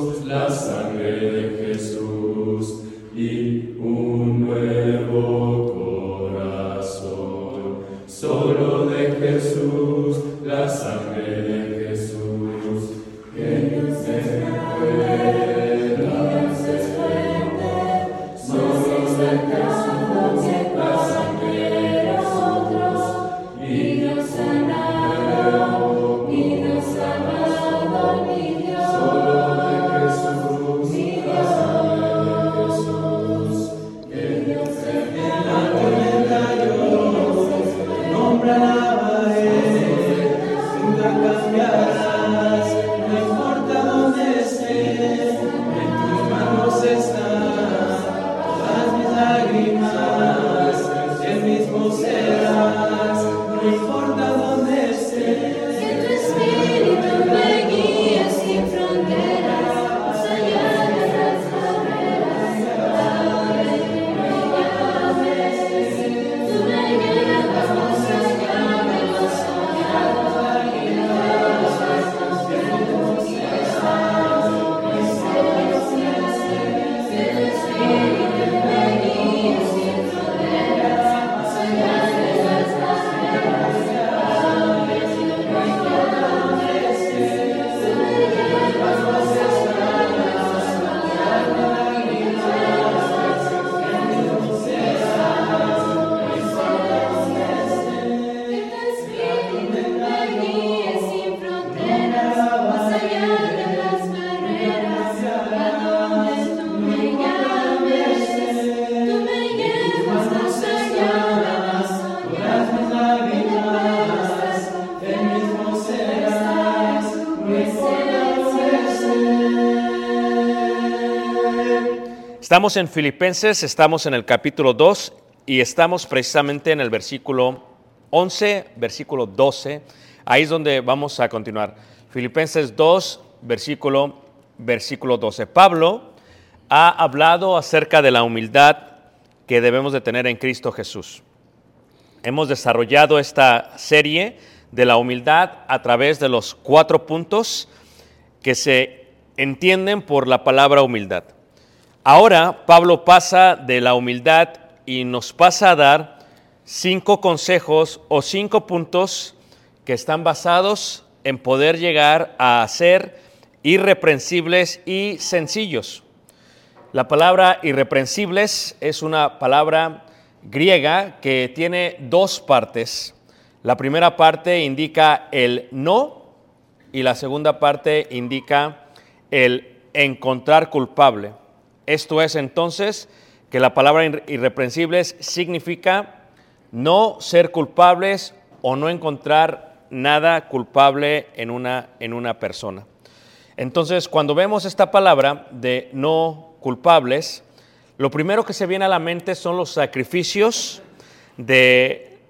la sangre de Jesús y un nuevo corazón. Solo de Jesús, la sangre de Jesús, que no se pueda desprender. Solo de Jesús, la sangre de nosotros, y nos sanado, mi Dios. Solo de Jesús, la sangre de Jesús, que Dios se la tormenta yo, nombre alabaré, nunca cambiarás, no importa dónde estés, en tus manos están todas mis lágrimas, el mismo serás, no importa dónde estés. Que tu espíritu me guíe sin fronteras, más allá de las barreras, a donde tú me llames. Tú me llevas más allá de lo soñado, y de los pasos que hemos trazado. Que tu espíritu me guíe sin fronteras, más allá de las barreras, a donde tú me llames. Tú me llevas más allá de lo soñado, y de los pasos que hemos trazado. Que tu espíritu me guíe sin fronteras, más allá de las barreras, a donde tú me llames. Tú me llevas más allá de lo soñado, y de los pasos que hemos trazado. Estamos en Filipenses, estamos en el capítulo 2 y estamos precisamente en el versículo 11, versículo 12. Ahí es donde vamos a continuar. Filipenses 2, versículo 12. Pablo ha hablado acerca de la humildad que debemos de tener en Cristo Jesús. Hemos desarrollado esta serie de la humildad a través de los 4 puntos que se entienden por la palabra humildad. Ahora Pablo pasa de la humildad y nos pasa a dar 5 consejos o 5 puntos que están basados en poder llegar a ser irreprensibles y sencillos. La palabra irreprensibles es una palabra griega que tiene 2 partes. La primera parte indica el no y la segunda parte indica el encontrar culpable. Esto es entonces que la palabra irreprensibles significa no ser culpables o no encontrar nada culpable en una persona. Entonces, cuando vemos esta palabra de no culpables, lo primero que se viene a la mente son los sacrificios del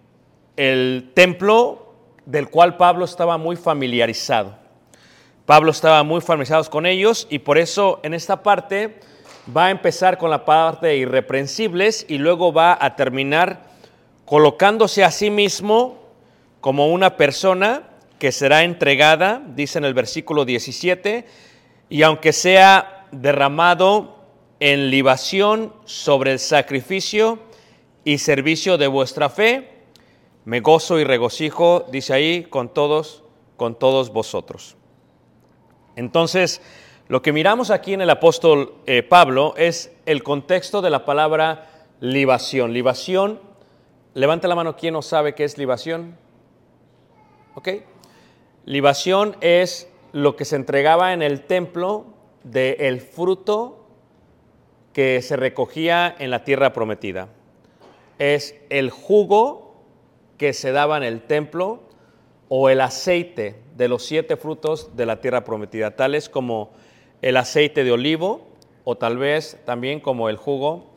templo del cual Pablo estaba muy familiarizado. Pablo estaba muy familiarizado con ellos y por eso en esta parte va a empezar con la parte de irreprensibles y luego va a terminar colocándose a sí mismo como una persona que será entregada, dice en el versículo 17, y aunque sea derramado en libación sobre el sacrificio y servicio de vuestra fe, me gozo y regocijo, dice ahí, con todos vosotros. Entonces, lo que miramos aquí en el apóstol Pablo es el contexto de la palabra libación. Libación, levanta la mano quien no sabe qué es libación. ¿Ok? Libación es lo que se entregaba en el templo del fruto que se recogía en la tierra prometida. Es el jugo que se daba en el templo o el aceite de los 7 frutos de la tierra prometida, tales como el aceite de olivo o tal vez también como el jugo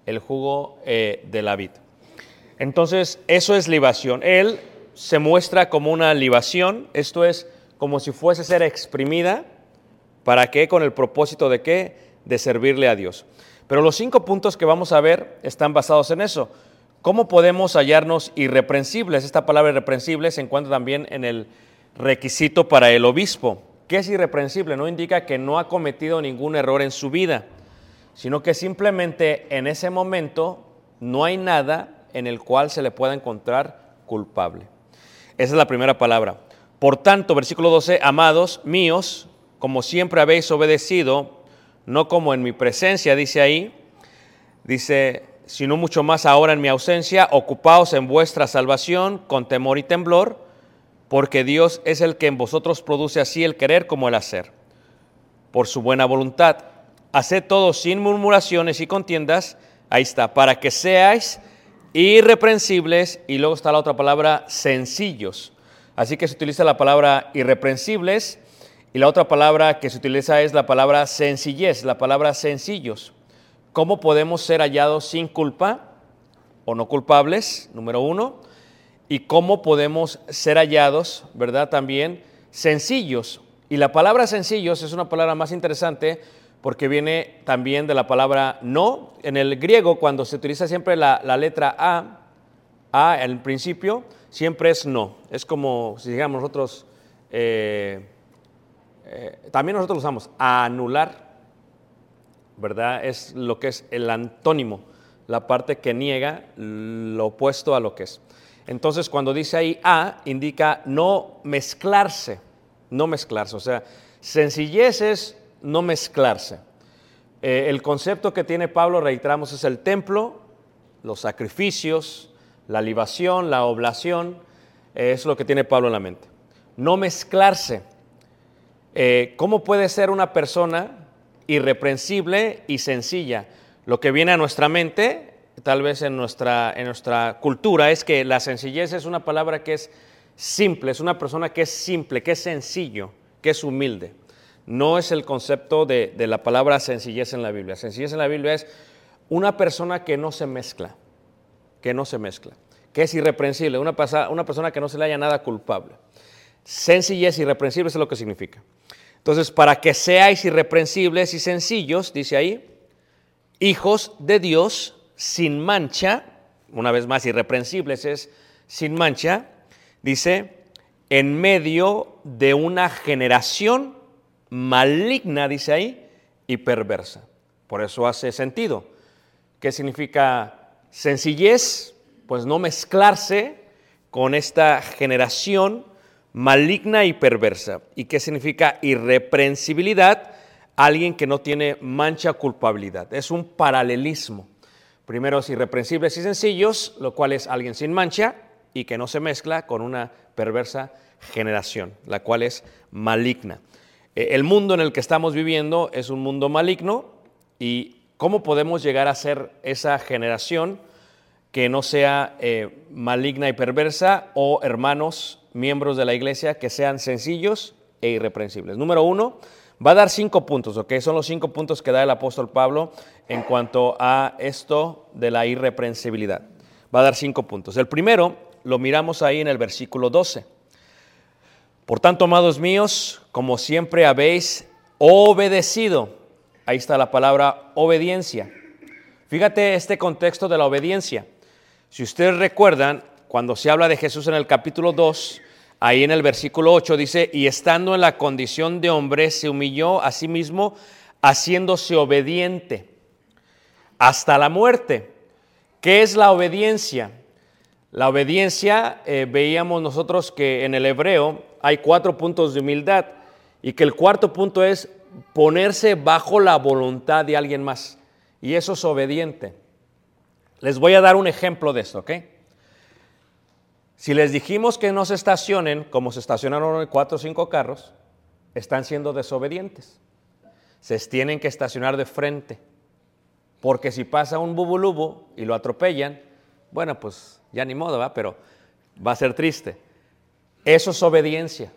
de la vid. Entonces, eso es libación. Él se muestra como una libación, esto es como si fuese a ser exprimida, ¿para qué? Con el propósito de ¿qué? De servirle a Dios. Pero los 5 puntos que vamos a ver están basados en eso. ¿Cómo podemos hallarnos irreprensibles? Esta palabra irreprensible se encuentra también en el requisito para el obispo. ¿Qué es irreprensible? No indica que no ha cometido ningún error en su vida, sino que simplemente en ese momento no hay nada en el cual se le pueda encontrar culpable. Esa es la primera palabra. Por tanto, versículo 12, amados míos, como siempre habéis obedecido, no como en mi presencia, dice ahí, dice, sino mucho más ahora en mi ausencia, ocupaos en vuestra salvación con temor y temblor, porque Dios es el que en vosotros produce así el querer como el hacer, por su buena voluntad. Haced todo sin murmuraciones y contiendas, ahí está, para que seáis irreprensibles, y luego está la otra palabra, sencillos. Así que se utiliza la palabra irreprensibles, y la otra palabra que se utiliza es la palabra sencillez, la palabra sencillos. ¿Cómo podemos ser hallados sin culpa o no culpables? Número uno. Y cómo podemos ser hallados, ¿verdad? También sencillos. Y la palabra sencillos es una palabra más interesante porque viene también de la palabra no. En el griego, cuando se utiliza siempre la letra A en el principio, siempre es no. Es como si digamos nosotros, también nosotros lo usamos, anular, ¿verdad? Es lo que es el antónimo, la parte que niega lo opuesto a lo que es. Entonces, cuando dice ahí A, indica no mezclarse, o sea, sencillez es no mezclarse. El concepto que tiene Pablo, reiteramos, es el templo, los sacrificios, la libación, la oblación, es lo que tiene Pablo en la mente. No mezclarse. ¿Cómo puede ser una persona irreprensible y sencilla? Lo que viene a nuestra mente, tal vez en nuestra cultura, es que la sencillez es una palabra que es simple, es una persona que es simple, que es sencillo, que es humilde. No es el concepto de la palabra sencillez en la Biblia. Sencillez en la Biblia es una persona que no se mezcla, que es irreprensible, una persona que no se le haya nada culpable. Sencillez, irreprensible, eso es lo que significa. Entonces, para que seáis irreprensibles y sencillos, dice ahí, hijos de Dios sin mancha, una vez más, irreprensibles es sin mancha, dice, en medio de una generación maligna, dice ahí, y perversa. Por eso hace sentido. ¿Qué significa sencillez? Pues no mezclarse con esta generación maligna y perversa. ¿Y qué significa irreprensibilidad? Alguien que no tiene mancha, culpabilidad. Es un paralelismo. Primero es irreprensibles y sencillos, lo cual es alguien sin mancha y que no se mezcla con una perversa generación, la cual es maligna. El mundo en el que estamos viviendo es un mundo maligno, y ¿cómo podemos llegar a ser esa generación que no sea maligna y perversa, o hermanos, miembros de la iglesia, que sean sencillos e irreprensibles? Número uno, va a dar 5 puntos, ¿ok? Son los 5 puntos que da el apóstol Pablo en cuanto a esto de la irreprensibilidad. Va a dar 5 puntos. El primero lo miramos ahí en el versículo 12. Por tanto, amados míos, como siempre habéis obedecido. Ahí está la palabra obediencia. Fíjate este contexto de la obediencia. Si ustedes recuerdan, cuando se habla de Jesús en el capítulo 2, ahí en el versículo 8 dice, y estando en la condición de hombre, se humilló a sí mismo, haciéndose obediente hasta la muerte. ¿Qué es la obediencia? La obediencia, veíamos nosotros que en el hebreo hay 4 puntos de humildad, y que el cuarto punto es ponerse bajo la voluntad de alguien más, y eso es obediente. Les voy a dar un ejemplo de esto, ¿ok? Si les dijimos que no se estacionen como se estacionaron hoy 4 o 5 carros, están siendo desobedientes. Se tienen que estacionar de frente, porque si pasa un bubulubu y lo atropellan, bueno, pues ya ni modo, ¿va? Pero va a ser triste. Eso es obediencia.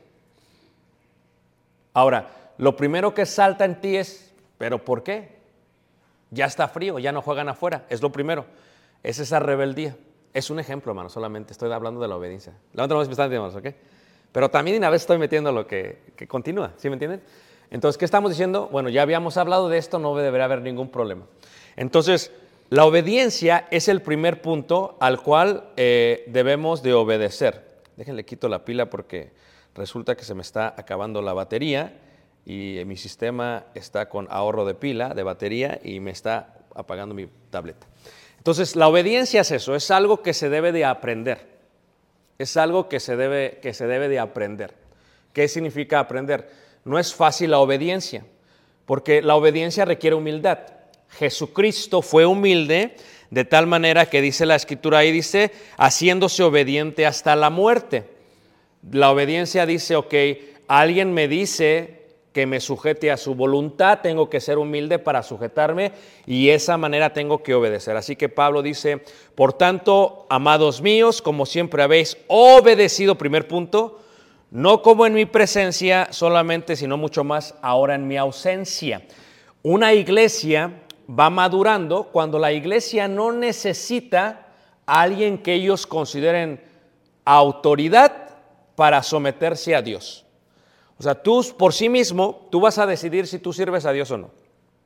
Ahora, lo primero que salta en ti es, ¿pero por qué? Ya está frío, ya no juegan afuera, es lo primero. Es esa rebeldía. Es un ejemplo, hermano, solamente estoy hablando de la obediencia. Levanten los pies, hermanos, ¿ok? Pero también una vez estoy metiendo lo que continúa, ¿sí me entienden? Entonces, ¿qué estamos diciendo? Bueno, ya habíamos hablado de esto, no debería haber ningún problema. Entonces, la obediencia es el primer punto al cual debemos de obedecer. Déjenle quito la pila porque Resulta que se me está acabando la batería y mi sistema está con ahorro de pila, de batería, y me está apagando mi tableta. Entonces, la obediencia es eso, es algo que se debe de aprender. Es algo que se debe de aprender. ¿Qué significa aprender? No es fácil la obediencia, porque la obediencia requiere humildad. Jesucristo fue humilde de tal manera que dice la Escritura ahí, dice, haciéndose obediente hasta la muerte. La obediencia dice, ok, alguien me dice que me sujete a su voluntad, tengo que ser humilde para sujetarme y de esa manera tengo que obedecer. Así que Pablo dice, por tanto, amados míos, como siempre habéis obedecido, primer punto, no como en mi presencia solamente, sino mucho más ahora en mi ausencia. Una iglesia va madurando cuando la iglesia no necesita a alguien que ellos consideren autoridad para someterse a Dios. O sea, tú por sí mismo, tú vas a decidir si tú sirves a Dios o no,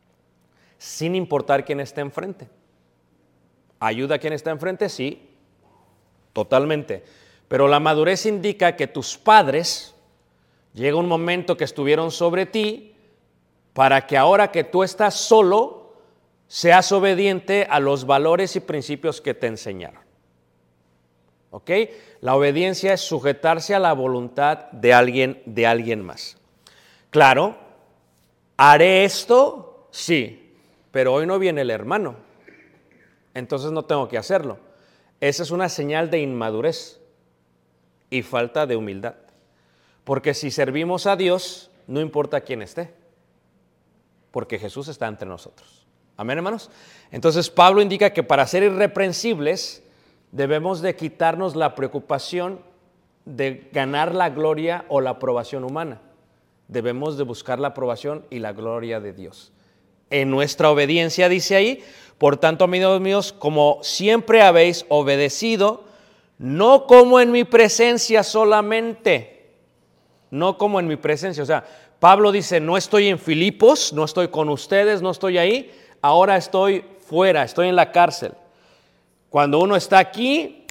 sin importar quién esté enfrente. ¿Ayuda a quien está enfrente? Sí, totalmente. Pero la madurez indica que tus padres, llega un momento que estuvieron sobre ti, para que ahora que tú estás solo, seas obediente a los valores y principios que te enseñaron. ¿Ok? La obediencia es sujetarse a la voluntad de alguien más. Claro, ¿haré esto? Sí, pero hoy no viene el hermano, entonces no tengo que hacerlo. Esa es una señal de inmadurez y falta de humildad. Porque si servimos a Dios, no importa quién esté, porque Jesús está entre nosotros. Amén, hermanos. Entonces Pablo indica que para ser irreprensibles debemos de quitarnos la preocupación de ganar la gloria o la aprobación humana. Debemos de buscar la aprobación y la gloria de Dios. En nuestra obediencia, dice ahí, por tanto, amigos míos, como siempre habéis obedecido, no como en mi presencia solamente, no como en mi presencia. O sea, Pablo dice, no estoy en Filipos, no estoy con ustedes, no estoy ahí, ahora estoy fuera, estoy en la cárcel. Cuando uno está aquí,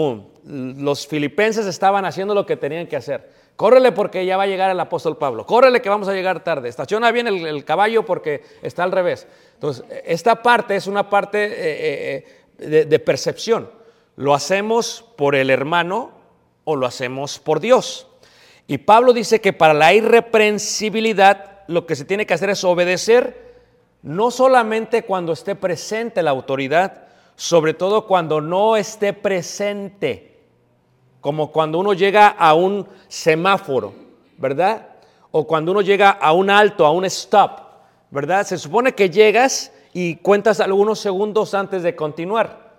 los filipenses estaban haciendo lo que tenían que hacer. Córrele porque ya va a llegar el apóstol Pablo. Córrele que vamos a llegar tarde. Estaciona bien el caballo porque está al revés. Entonces, esta parte es una parte de percepción. ¿Lo hacemos por el hermano o lo hacemos por Dios? Y Pablo dice que para la irreprensibilidad lo que se tiene que hacer es obedecer, no solamente cuando esté presente la autoridad, sobre todo cuando no esté presente, como cuando uno llega a un semáforo, ¿verdad? O cuando uno llega a un alto, a un stop, ¿verdad? Se supone que llegas y cuentas algunos segundos antes de continuar.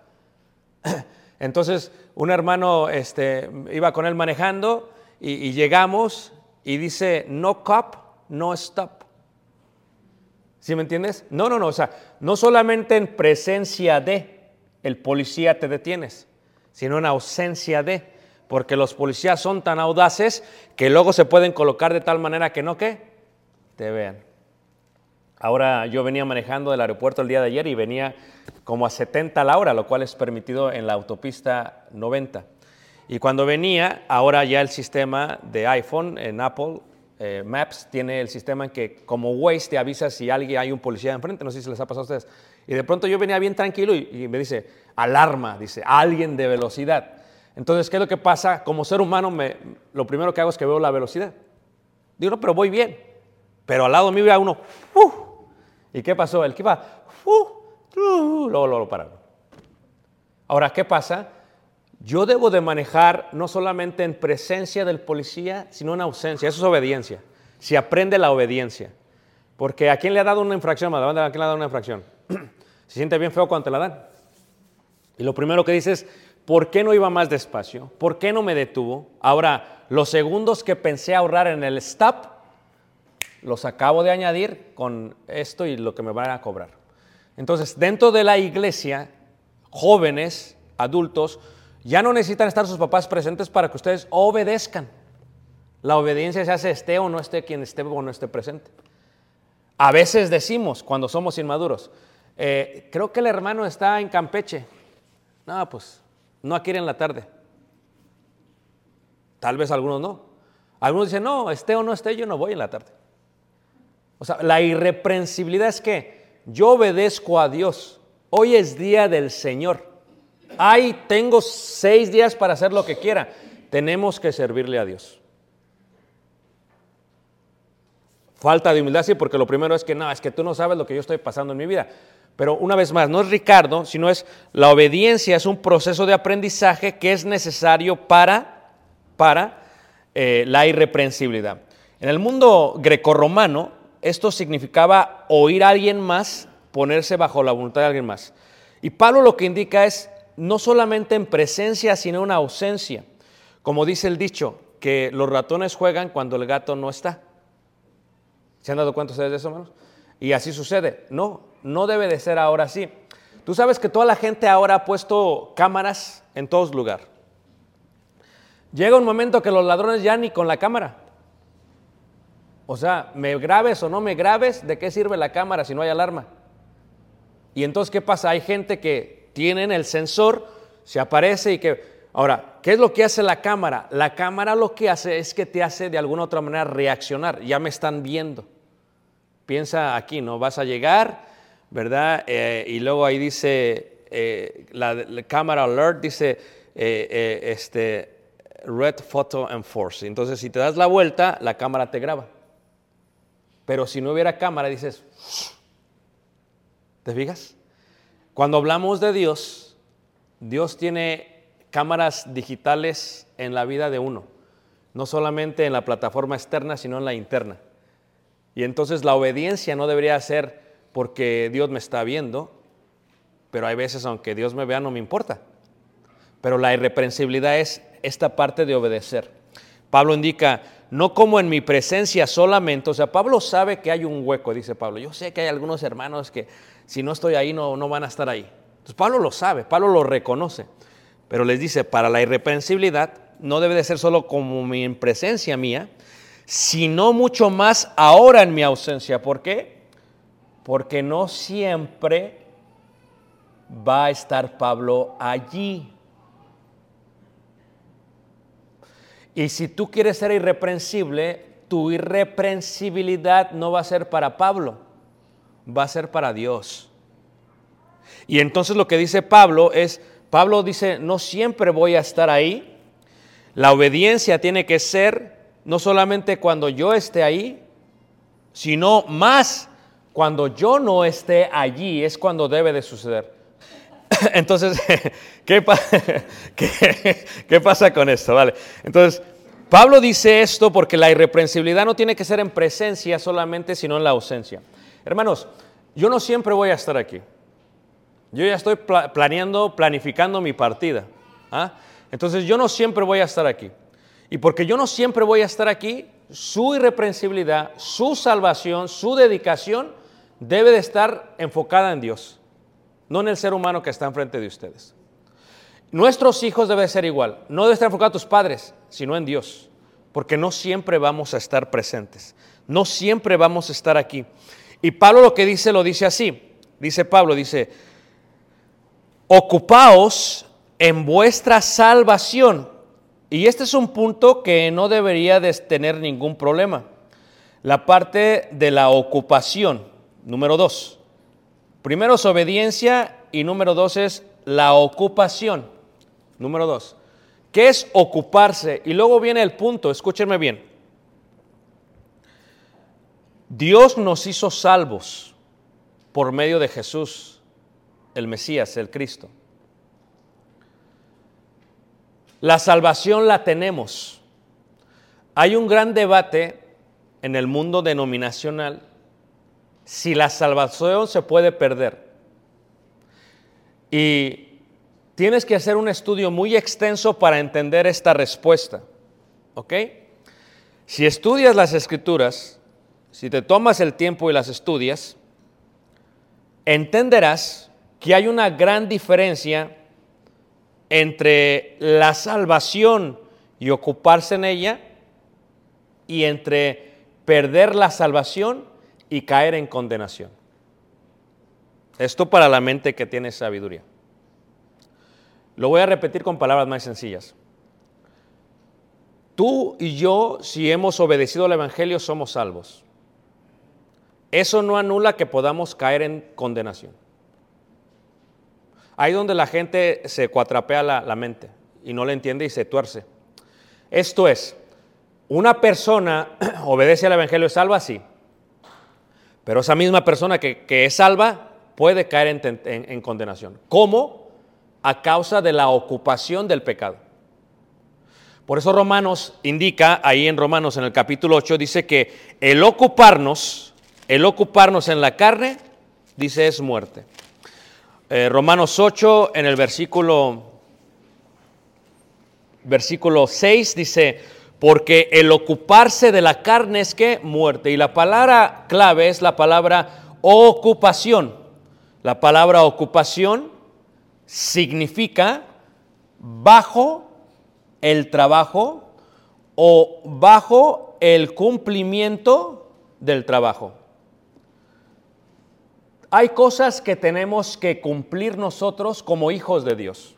Entonces, un hermano iba con él manejando y llegamos y dice, no cop, no stop. ¿Sí me entiendes? No, o sea, no solamente en presencia de el policía te detienes, sino en ausencia de, porque los policías son tan audaces que luego se pueden colocar de tal manera que no, ¿qué? Te vean. Ahora yo venía manejando del aeropuerto el día de ayer y venía como a 70 a la hora, lo cual es permitido en la autopista 90. Y cuando venía, ahora ya el sistema de iPhone, en Apple Maps, tiene el sistema en que como Waze te avisa si hay un policía enfrente, no sé si les ha pasado a ustedes. Y de pronto yo venía bien tranquilo y me dice, alarma, dice, alguien de velocidad. Entonces, ¿qué es lo que pasa? Como ser humano, lo primero que hago es que veo la velocidad. Digo, no, pero voy bien. Pero al lado mío iba uno, ¿y qué pasó? El que iba, luego lo pararon. Ahora, ¿qué pasa? Yo debo de manejar no solamente en presencia del policía, sino en ausencia. Eso es obediencia. Se aprende la obediencia. Porque ¿a quién le ha dado una infracción? ¿A quién le ha dado una infracción? Se siente bien feo cuando te la dan. Y lo primero que dices, ¿por qué no iba más despacio? ¿Por qué no me detuvo? Ahora, los segundos que pensé ahorrar en el stop, los acabo de añadir con esto y lo que me van a cobrar. Entonces, dentro de la iglesia, jóvenes, adultos, ya no necesitan estar sus papás presentes para que ustedes obedezcan. La obediencia se hace esté o no esté quien esté o no esté presente. A veces decimos, cuando somos inmaduros, creo que el hermano está en Campeche. No, pues, no quiere en la tarde. Tal vez algunos no. Algunos dicen, no, esté o no esté, yo no voy en la tarde. O sea, la irreprensibilidad es que yo obedezco a Dios. Hoy es día del Señor. Tengo 6 días para hacer lo que quiera. Tenemos que servirle a Dios. Falta de humildad, sí, porque lo primero es que no, es que tú no sabes lo que yo estoy pasando en mi vida. Pero una vez más, no es Ricardo, sino es la obediencia, es un proceso de aprendizaje que es necesario para la irreprensibilidad. En el mundo grecorromano, esto significaba oír a alguien más, ponerse bajo la voluntad de alguien más. Y Pablo lo que indica es no solamente en presencia, sino en ausencia. Como dice el dicho, que los ratones juegan cuando el gato no está. ¿Se han dado cuenta ustedes de eso, hermanos? Y así sucede. No debe de ser ahora así. Tú sabes que toda la gente ahora ha puesto cámaras en todos lugares. Llega un momento que los ladrones ya ni con la cámara. O sea, me grabes o no me grabes, ¿de qué sirve la cámara si no hay alarma? Y entonces, ¿qué pasa? Hay gente que tienen el sensor, se aparece y que... Ahora, ¿qué es lo que hace la cámara? La cámara lo que hace es que te hace de alguna otra manera reaccionar. Ya me están viendo. Piensa aquí, ¿no? Vas a llegar, ¿verdad? Y luego ahí dice, la cámara alert dice, red photo enforce. Entonces, si te das la vuelta, la cámara te graba. Pero si no hubiera cámara, dices, ¿te fijas? Cuando hablamos de Dios, Dios tiene cámaras digitales en la vida de uno. No solamente en la plataforma externa, sino en la interna. Y entonces la obediencia no debería ser porque Dios me está viendo, pero hay veces aunque Dios me vea no me importa. Pero la irreprensibilidad es esta parte de obedecer. Pablo indica, no como en mi presencia solamente, o sea, Pablo sabe que hay un hueco, dice Pablo. Yo sé que hay algunos hermanos que si no estoy ahí no van a estar ahí. Entonces Pablo lo sabe, Pablo lo reconoce, pero les dice, para la irreprensibilidad no debe de ser solo como mi en presencia mía, sino mucho más ahora en mi ausencia. ¿Por qué? Porque no siempre va a estar Pablo allí. Y si tú quieres ser irreprensible, tu irreprensibilidad no va a ser para Pablo, va a ser para Dios. Y entonces lo que dice Pablo es, Pablo dice, no siempre voy a estar ahí. La obediencia tiene que ser no solamente cuando yo esté ahí, sino más cuando yo no esté allí, es cuando debe de suceder. Entonces, ¿qué pasa con esto? Vale. Entonces, Pablo dice esto porque la irreprensibilidad no tiene que ser en presencia solamente, sino en la ausencia. Hermanos, yo no siempre voy a estar aquí. Yo ya estoy planificando mi partida. Entonces, yo no siempre voy a estar aquí. Y porque yo no siempre voy a estar aquí, su irreprensibilidad, su salvación, su dedicación debe de estar enfocada en Dios, no en el ser humano que está enfrente de ustedes. Nuestros hijos deben ser igual. No debe estar enfocado a tus padres, sino en Dios, porque no siempre vamos a estar presentes. No siempre vamos a estar aquí. Y Pablo lo que dice, lo dice así. Dice Pablo, dice, ocupaos en vuestra salvación. Y este es un punto que no debería de tener ningún problema. La parte de la ocupación, número 2. Primero es obediencia y número 2 es la ocupación. Número 2. ¿Qué es ocuparse? Y luego viene el punto, escúchenme bien. Dios nos hizo salvos por medio de Jesús, el Mesías, el Cristo. La salvación la tenemos. Hay un gran debate en el mundo denominacional si la salvación se puede perder. Y tienes que hacer un estudio muy extenso para entender esta respuesta. ¿Ok? Si estudias las Escrituras, si te tomas el tiempo y las estudias, entenderás que hay una gran diferencia entre la salvación y ocuparse en ella y entre perder la salvación y caer en condenación. Esto para la mente que tiene sabiduría. Lo voy a repetir con palabras más sencillas. Tú y yo, si hemos obedecido al Evangelio, somos salvos. Eso no anula que podamos caer en condenación. Ahí donde la gente se cuatrapea la mente y no le entiende y se tuerce. Esto es, una persona obedece al Evangelio, es salva, sí. Pero esa misma persona que es salva puede caer en condenación. ¿Cómo? A causa de la ocupación del pecado. Por eso Romanos indica, ahí en Romanos en el capítulo 8, dice que el ocuparnos en la carne, dice, es muerte. Romanos 8, en el versículo 6, dice, porque el ocuparse de la carne es que muerte. Y la palabra clave es la palabra ocupación. La palabra ocupación significa bajo el trabajo o bajo el cumplimiento del trabajo. Hay cosas que tenemos que cumplir nosotros como hijos de Dios.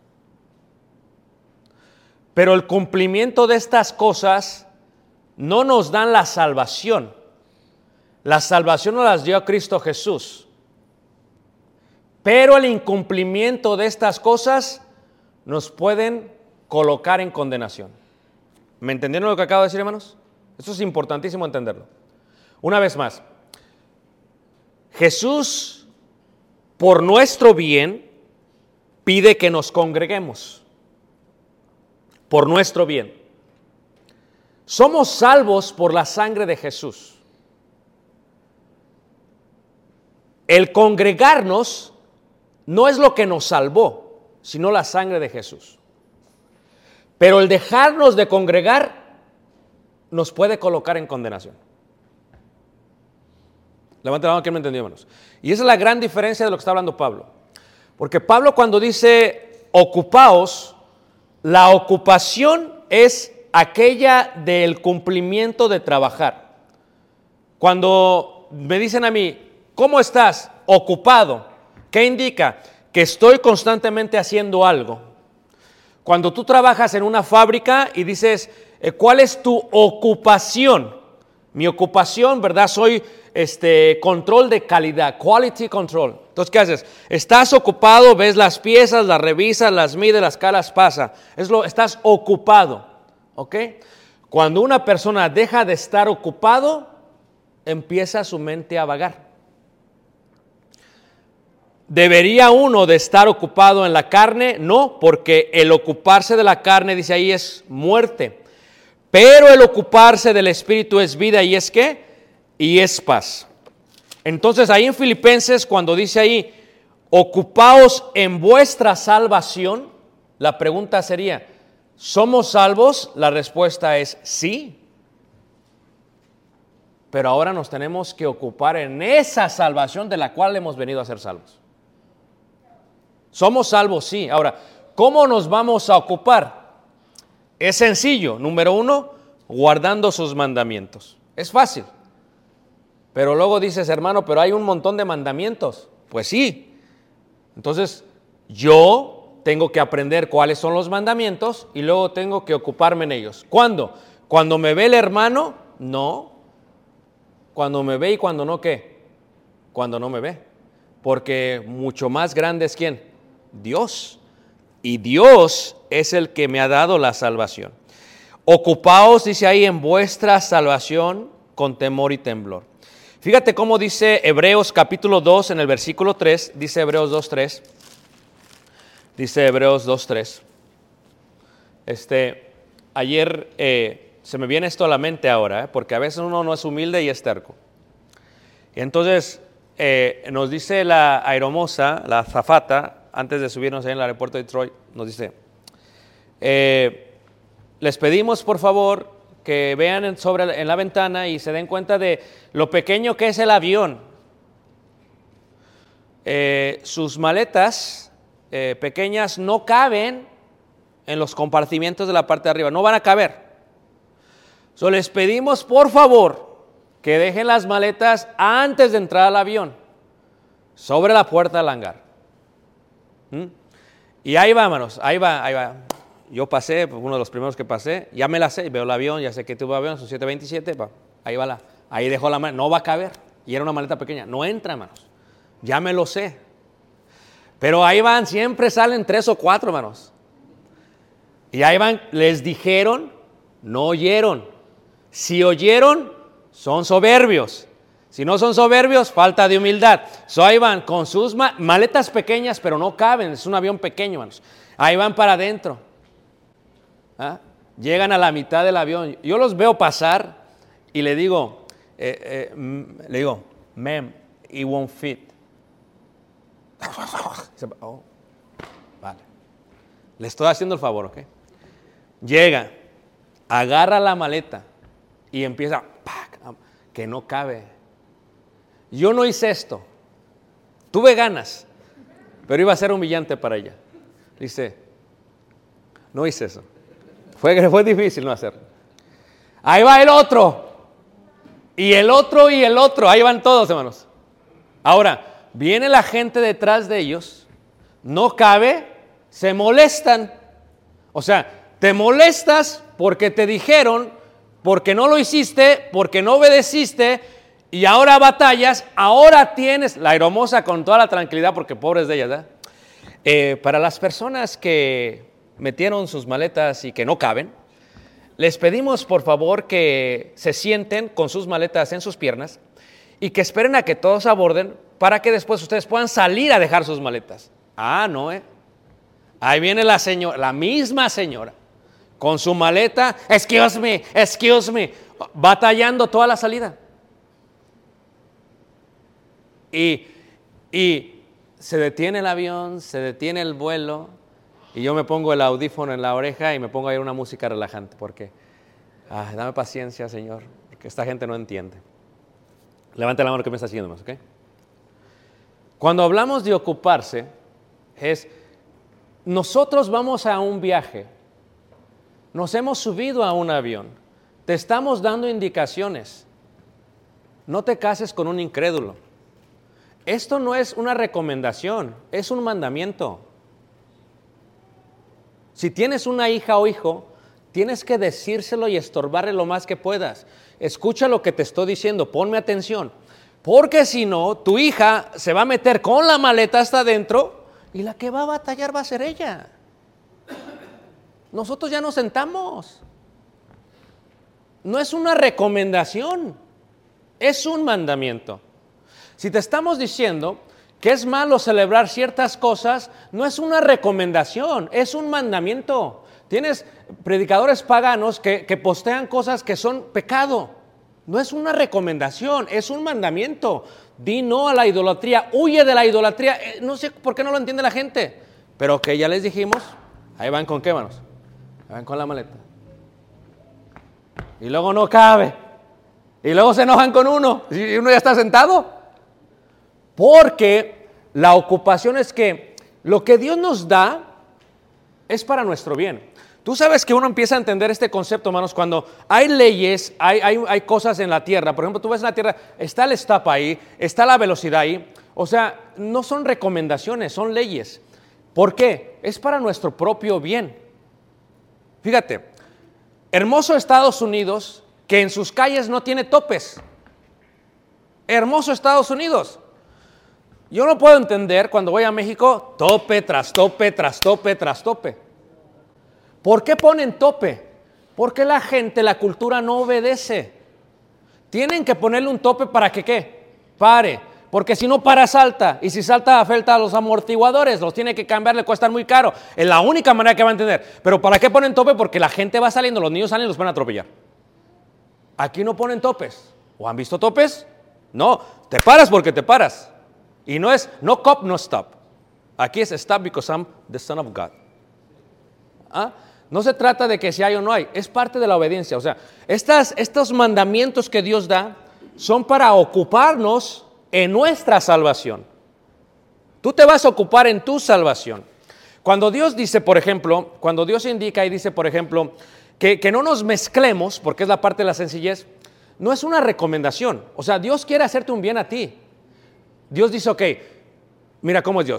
Pero el cumplimiento de estas cosas no nos dan la salvación. La salvación nos las dio Cristo Jesús. Pero el incumplimiento de estas cosas nos pueden colocar en condenación. ¿Me entendieron lo que acabo de decir, hermanos? Esto es importantísimo entenderlo. Una vez más, Jesús, por nuestro bien, pide que nos congreguemos. Por nuestro bien. Somos salvos por la sangre de Jesús. El congregarnos no es lo que nos salvó, sino la sangre de Jesús. Pero el dejarnos de congregar nos puede colocar en condenación. Levante la mano, ¿quién me entendió, hermanos? Y esa es la gran diferencia de lo que está hablando Pablo. Porque Pablo, cuando dice ocupaos, la ocupación es aquella del cumplimiento de trabajar. Cuando me dicen a mí, ¿cómo estás? Ocupado. ¿Qué indica? Que estoy constantemente haciendo algo. Cuando tú trabajas en una fábrica y dices, ¿cuál es tu ocupación? Mi ocupación, ¿verdad? Soy control de calidad, quality control. Entonces, ¿qué haces? Estás ocupado, ves las piezas, las revisas, las mides, las calas, pasa. Estás ocupado, ¿ok? Cuando una persona deja de estar ocupado, empieza su mente a vagar. ¿Debería uno de estar ocupado en la carne? No, porque el ocuparse de la carne, dice ahí, es muerte. Pero el ocuparse del Espíritu es vida, ¿y es qué? Y es paz. Entonces ahí en Filipenses, cuando dice ahí, ocupaos en vuestra salvación, la pregunta sería, ¿somos salvos? La respuesta es sí. Pero ahora nos tenemos que ocupar en esa salvación de la cual hemos venido a ser salvos. Somos salvos, sí. Ahora, ¿cómo nos vamos a ocupar? Es sencillo. Número 1, guardando sus mandamientos. Es fácil. Pero luego dices, hermano, pero hay un montón de mandamientos. Pues sí. Entonces, yo tengo que aprender cuáles son los mandamientos y luego tengo que ocuparme en ellos. ¿Cuándo? ¿Cuando me ve el hermano? No. Cuando me ve y cuando no, ¿qué? Cuando no me ve. Porque mucho más grande es ¿quién? Dios. Y Dios es el que me ha dado la salvación. Ocupaos, dice ahí, en vuestra salvación con temor y temblor. Fíjate cómo dice Hebreos capítulo 2 en el versículo 3, dice Hebreos 2.3. Dice Hebreos 2.3. Ayer se me viene esto a la mente ahora, porque a veces uno no es humilde y es terco. Y entonces nos dice la aeromoza, la azafata, antes de subirnos ahí en el aeropuerto de Detroit, nos dice, les pedimos por favor que vean en la ventana y se den cuenta de lo pequeño que es el avión. Sus maletas pequeñas no caben en los compartimientos de la parte de arriba, no van a caber. Les pedimos por favor que dejen las maletas antes de entrar al avión, sobre la puerta del hangar. Y ahí va, hermanos, ahí va. yo pasé, uno de los primeros que pasé, ya me la sé, veo el avión, ya sé que tuvo avión, son 727, ahí va ahí dejó la maleta, no va a caber, y era una maleta pequeña, no entra, hermanos, ya me lo sé. Pero ahí van, siempre salen 3 o 4, hermanos. Y ahí van, les dijeron, no oyeron. Si oyeron, son soberbios. Si no son soberbios, falta de humildad. Ahí van con sus maletas pequeñas, pero no caben, es un avión pequeño, hermanos. Ahí van para adentro. ¿Ah? Llegan a la mitad del avión. Yo los veo pasar y le digo, ma'am, it won't fit. Oh, vale. Le estoy haciendo el favor, ¿ok? Llega, agarra la maleta y empieza, que no cabe. Yo no hice esto. Tuve ganas, pero iba a ser humillante para ella. Dice, no hice eso. Fue difícil no hacerlo. Ahí va el otro. Y el otro y el otro. Ahí van todos, hermanos. Ahora, viene la gente detrás de ellos, no cabe, se molestan. O sea, te molestas porque te dijeron, porque no lo hiciste, porque no obedeciste, y ahora batallas, ahora tienes, la hermosa con toda la tranquilidad, porque pobres de ellas, para las personas que metieron sus maletas y que no caben, les pedimos por favor que se sienten con sus maletas en sus piernas y que esperen a que todos aborden para que después ustedes puedan salir a dejar sus maletas. No, Ahí viene la señora, la misma señora, con su maleta, excuse me, batallando toda la salida. Y se detiene el avión, se detiene el vuelo, y yo me pongo el audífono en la oreja y me pongo a oír una música relajante, porque, dame paciencia, Señor, porque esta gente no entiende. Levante la mano que me está siguiendo más, ¿ok? Cuando hablamos de ocuparse, nosotros vamos a un viaje, nos hemos subido a un avión, te estamos dando indicaciones, no te cases con un incrédulo. Esto no es una recomendación, es un mandamiento. Si tienes una hija o hijo, tienes que decírselo y estorbarle lo más que puedas. Escucha lo que te estoy diciendo, ponme atención. Porque si no, tu hija se va a meter con la maleta hasta adentro y la que va a batallar va a ser ella. Nosotros ya nos sentamos. No es una recomendación, es un mandamiento. Si te estamos diciendo que es malo celebrar ciertas cosas, no es una recomendación, es un mandamiento. Tienes predicadores paganos que postean cosas que son pecado. No es una recomendación, es un mandamiento. Di no a la idolatría, huye de la idolatría. No sé por qué no lo entiende la gente, pero que ya les dijimos, ahí van con qué, manos, ahí van con la maleta. Y luego no cabe. Y luego se enojan con uno, y uno ya está sentado. Porque la ocupación es que lo que Dios nos da es para nuestro bien. Tú sabes que uno empieza a entender este concepto, hermanos, cuando hay leyes, hay cosas en la tierra. Por ejemplo, tú ves en la tierra, está el stop ahí, está la velocidad ahí. O sea, no son recomendaciones, son leyes. ¿Por qué? Es para nuestro propio bien. Fíjate, hermoso Estados Unidos, que en sus calles no tiene topes. Hermoso Estados Unidos. Yo no puedo entender cuando voy a México, tope tras tope, tras tope, tras tope. ¿Por qué ponen tope? Porque la gente, la cultura no obedece. Tienen que ponerle un tope para que ¿qué? Pare. Porque si no para, salta. Y si salta, afecta a los amortiguadores. Los tiene que cambiar, le cuestan muy caro. Es la única manera que va a entender. Pero ¿para qué ponen tope? Porque la gente va saliendo, los niños salen y los van a atropellar. Aquí no ponen topes. ¿O han visto topes? No, te paras porque te paras. Y no es, no cop, no stop. Aquí es stop because I'm the son of God. No se trata de que si hay o no hay, es parte de la obediencia. O sea, estos mandamientos que Dios da son para ocuparnos en nuestra salvación. Tú te vas a ocupar en tu salvación. Cuando Dios dice, por ejemplo, cuando Dios indica y dice, por ejemplo, que no nos mezclemos, porque es la parte de la sencillez, no es una recomendación. O sea, Dios quiere hacerte un bien a ti. Dios dice, ok, mira cómo es Dios.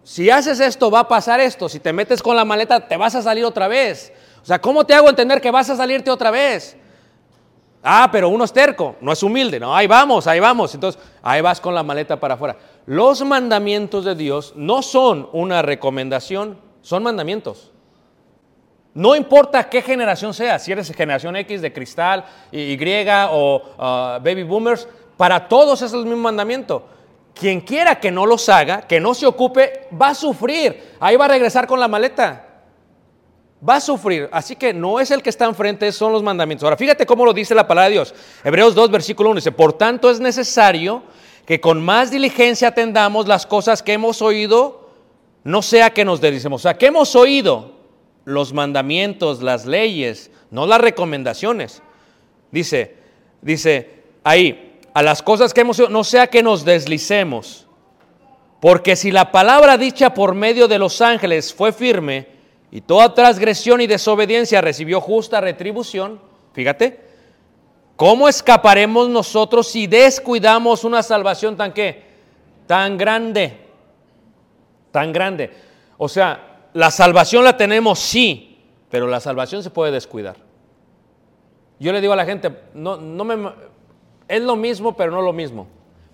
Si haces esto, va a pasar esto. Si te metes con la maleta, te vas a salir otra vez. O sea, ¿cómo te hago entender que vas a salirte otra vez? Ah, pero uno es terco, no es humilde. No, ahí vamos, ahí vamos. Entonces, ahí vas con la maleta para afuera. Los mandamientos de Dios no son una recomendación, son mandamientos. No importa qué generación sea, si eres generación X de cristal, Y o baby boomers, para todos es el mismo mandamiento. Quien quiera que no los haga, que no se ocupe, va a sufrir. Ahí va a regresar con la maleta. Va a sufrir. Así que no es el que está enfrente, son los mandamientos. Ahora, fíjate cómo lo dice la palabra de Dios. Hebreos 2, versículo 1 dice, por tanto es necesario que con más diligencia atendamos las cosas que hemos oído, no sea que nos deslicemos. O sea, que hemos oído los mandamientos, las leyes, no las recomendaciones. Dice ahí, a las cosas que hemos oído, no sea que nos deslicemos. Porque si la palabra dicha por medio de los ángeles fue firme, y toda transgresión y desobediencia recibió justa retribución, fíjate, ¿cómo escaparemos nosotros si descuidamos una salvación tan qué? Tan grande. Tan grande. O sea, la salvación la tenemos, sí, pero la salvación se puede descuidar. Yo le digo a la gente, es lo mismo, pero no lo mismo.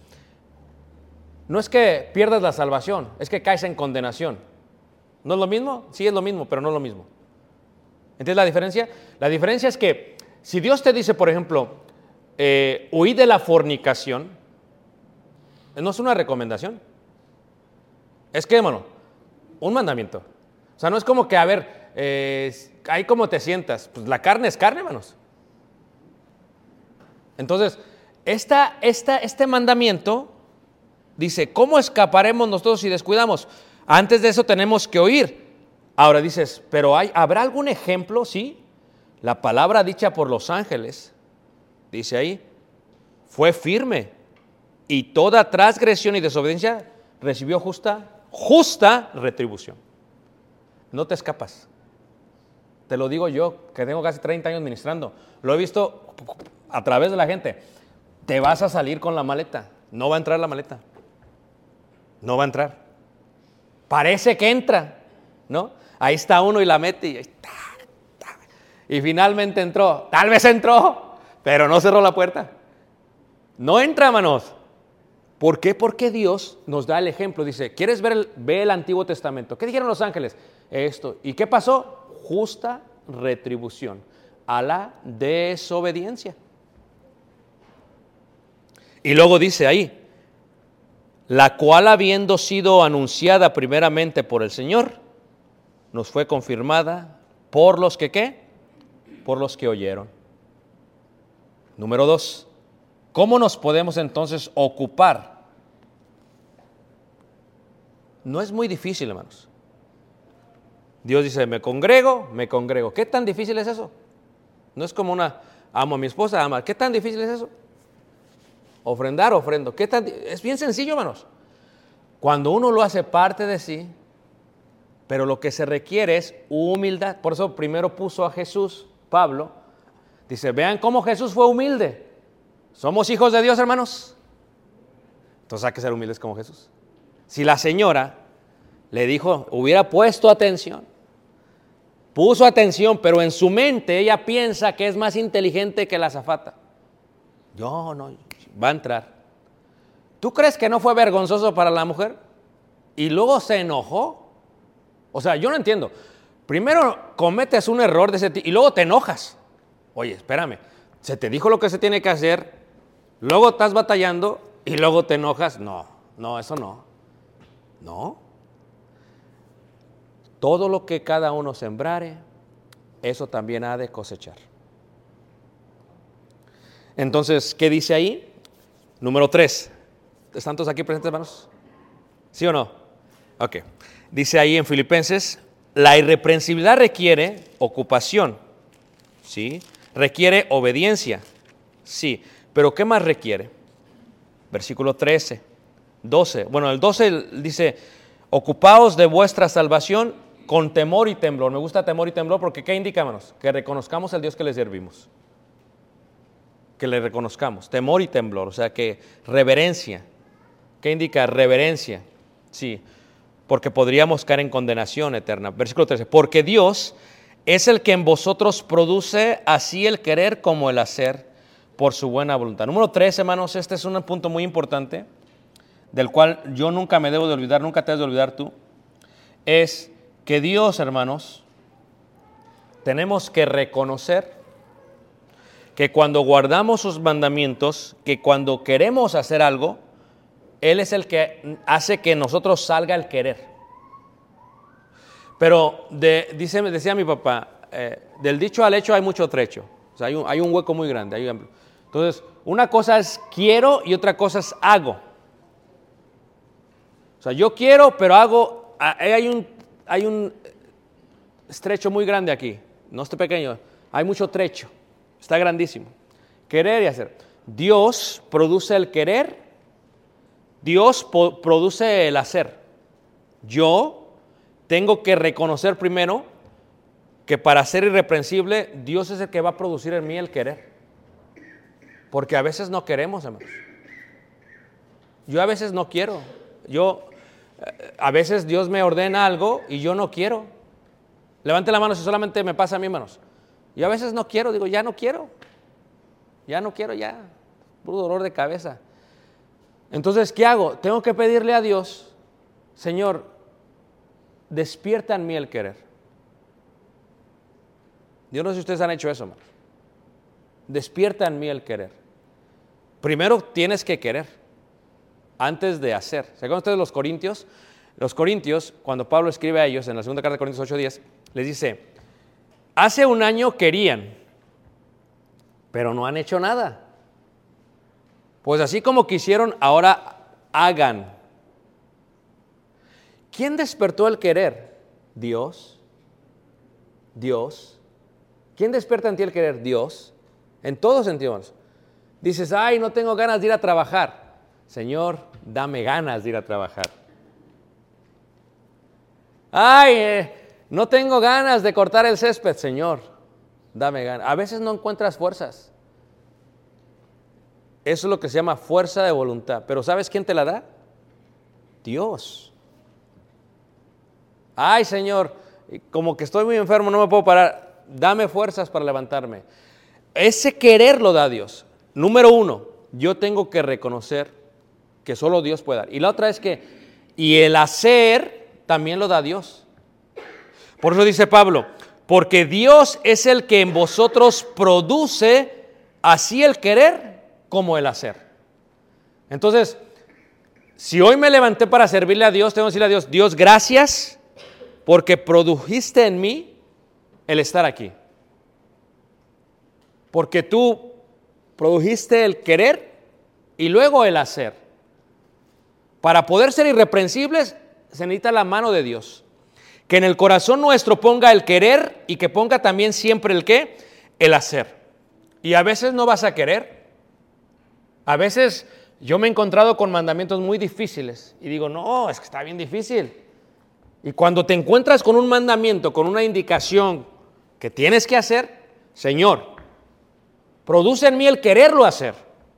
No es que pierdas la salvación, es que caes en condenación. ¿No es lo mismo? Sí es lo mismo, pero no es lo mismo. ¿Entiendes la diferencia? La diferencia es que si Dios te dice, por ejemplo, huí de la fornicación, no es una recomendación. Es que, hermano, un mandamiento. O sea, no es como que, a ver, ahí cómo te sientas. Pues la carne es carne, hermanos. Entonces, este mandamiento dice, ¿cómo escaparemos nosotros si descuidamos? Antes de eso tenemos que oír. Ahora dices, pero ¿habrá algún ejemplo? Sí. La palabra dicha por los ángeles, dice ahí, fue firme y toda transgresión y desobediencia recibió justa retribución. No te escapas. Te lo digo yo, que tengo casi 30 años ministrando. Lo he visto a través de la gente. Te vas a salir con la maleta. No va a entrar la maleta. No va a entrar. Parece que entra, ¿no? Ahí está uno y la mete y finalmente entró. Tal vez entró, pero no cerró la puerta. No entra, hermanos. ¿Por qué? Porque Dios nos da el ejemplo. Dice, ¿quieres ver el Antiguo Testamento? ¿Qué dijeron los ángeles? Esto. ¿Y qué pasó? Justa retribución a la desobediencia. Y luego dice ahí, la cual habiendo sido anunciada primeramente por el Señor, nos fue confirmada por los que ¿qué? Por los que oyeron. Número 2, ¿cómo nos podemos entonces ocupar? No es muy difícil, hermanos. Dios dice, me congrego. ¿Qué tan difícil es eso? No es como amo a mi esposa, ama. ¿Qué tan difícil es eso? Ofrendo. Es bien sencillo, hermanos. Cuando uno lo hace parte de sí, pero lo que se requiere es humildad. Por eso primero puso a Jesús, Pablo, dice, vean cómo Jesús fue humilde. ¿Somos hijos de Dios, hermanos? Entonces hay que ser humildes como Jesús. Si la señora le dijo, hubiera puesto atención, puso atención, pero en su mente ella piensa que es más inteligente que la azafata. No, va a entrar. ¿Tú crees que no fue vergonzoso para la mujer? Y luego se enojó. O sea, yo no entiendo. Primero cometes un error de ese tipo y luego te enojas. Oye, espérame, se te dijo lo que se tiene que hacer, luego estás batallando y luego te enojas. No, eso no. No. Todo lo que cada uno sembrare, eso también ha de cosechar. Entonces, ¿qué dice ahí? Número 3. ¿Están todos aquí presentes, hermanos? ¿Sí o no? Ok. Dice ahí en Filipenses, la irreprensibilidad requiere ocupación, ¿sí? Requiere obediencia, sí. Pero ¿qué más requiere? Versículo 13, 12. Bueno, el 12 dice, ocupaos de vuestra salvación con temor y temblor. Me gusta temor y temblor porque ¿qué indica, hermanos? Que reconozcamos al Dios que le servimos. Que le reconozcamos, temor y temblor, o sea que reverencia. ¿Qué indica? Reverencia, sí. porque podríamos caer en condenación eterna. Versículo 13, porque Dios es el que en vosotros produce así el querer como el hacer por su buena voluntad. Número 3, hermanos, este es un punto muy importante, del cual yo nunca me debo de olvidar, nunca te debes de olvidar tú, es que Dios, hermanos, tenemos que reconocer que cuando guardamos sus mandamientos, que cuando queremos hacer algo, Él es el que hace que nosotros salga el querer. Pero decía mi papá, del dicho al hecho hay mucho trecho. O sea, hay un hueco muy grande. Entonces, una cosa es quiero y otra cosa es hago. O sea, yo quiero, pero hago. Hay un estrecho muy grande aquí. No está pequeño. Hay mucho trecho. Está grandísimo. Querer y hacer. Dios produce el querer. Dios produce el hacer. Yo tengo que reconocer primero que para ser irreprensible, Dios es el que va a producir en mí el querer. Porque a veces no queremos, hermanos. Yo a veces no quiero. A veces Dios me ordena algo y yo no quiero. Levante la mano si solamente me pasa a mí, hermanos. Yo a veces no quiero, digo, ya no quiero. Ya. Puro dolor de cabeza. Entonces, ¿qué hago? Tengo que pedirle a Dios, Señor, despierta en mí el querer. Yo no sé si ustedes han hecho eso, hermanos. Despierta en mí el querer. Primero tienes que querer, antes de hacer. ¿Se acuerdan ustedes de los Corintios? Los Corintios, cuando Pablo escribe a ellos, en la segunda carta de Corintios 8:10, les dice, hace un año querían, pero no han hecho nada. Pues así como quisieron, ahora hagan. ¿Quién despertó el querer? Dios. ¿Quién despierta en ti el querer? Dios. En todos sentidos. Dices, ay, no tengo ganas de ir a trabajar. Señor, dame ganas de ir a trabajar. Ay, no tengo ganas de cortar el césped. Señor, dame ganas. A veces no encuentras fuerzas. Eso es lo que se llama fuerza de voluntad. Pero ¿sabes quién te la da? Dios. Ay, Señor, como que estoy muy enfermo, no me puedo parar. Dame fuerzas para levantarme. Ese querer lo da Dios. Número 1, yo tengo que reconocer que solo Dios puede dar. Y la otra es y el hacer también lo da Dios. Por eso dice Pablo, porque Dios es el que en vosotros produce así el querer como el hacer. Entonces, si hoy me levanté para servirle a Dios, tengo que decirle a Dios, Dios, gracias porque produjiste en mí el estar aquí. Porque tú produjiste el querer y luego el hacer. Para poder ser irreprensibles se necesita la mano de Dios. Que en el corazón nuestro ponga el querer y que ponga también siempre el qué, el hacer. Y a veces no vas a querer. A veces yo me he encontrado con mandamientos muy difíciles y digo, no, es que está bien difícil. Y cuando te encuentras con un mandamiento, con una indicación que tienes que hacer, Señor, produce en mí el quererlo hacer.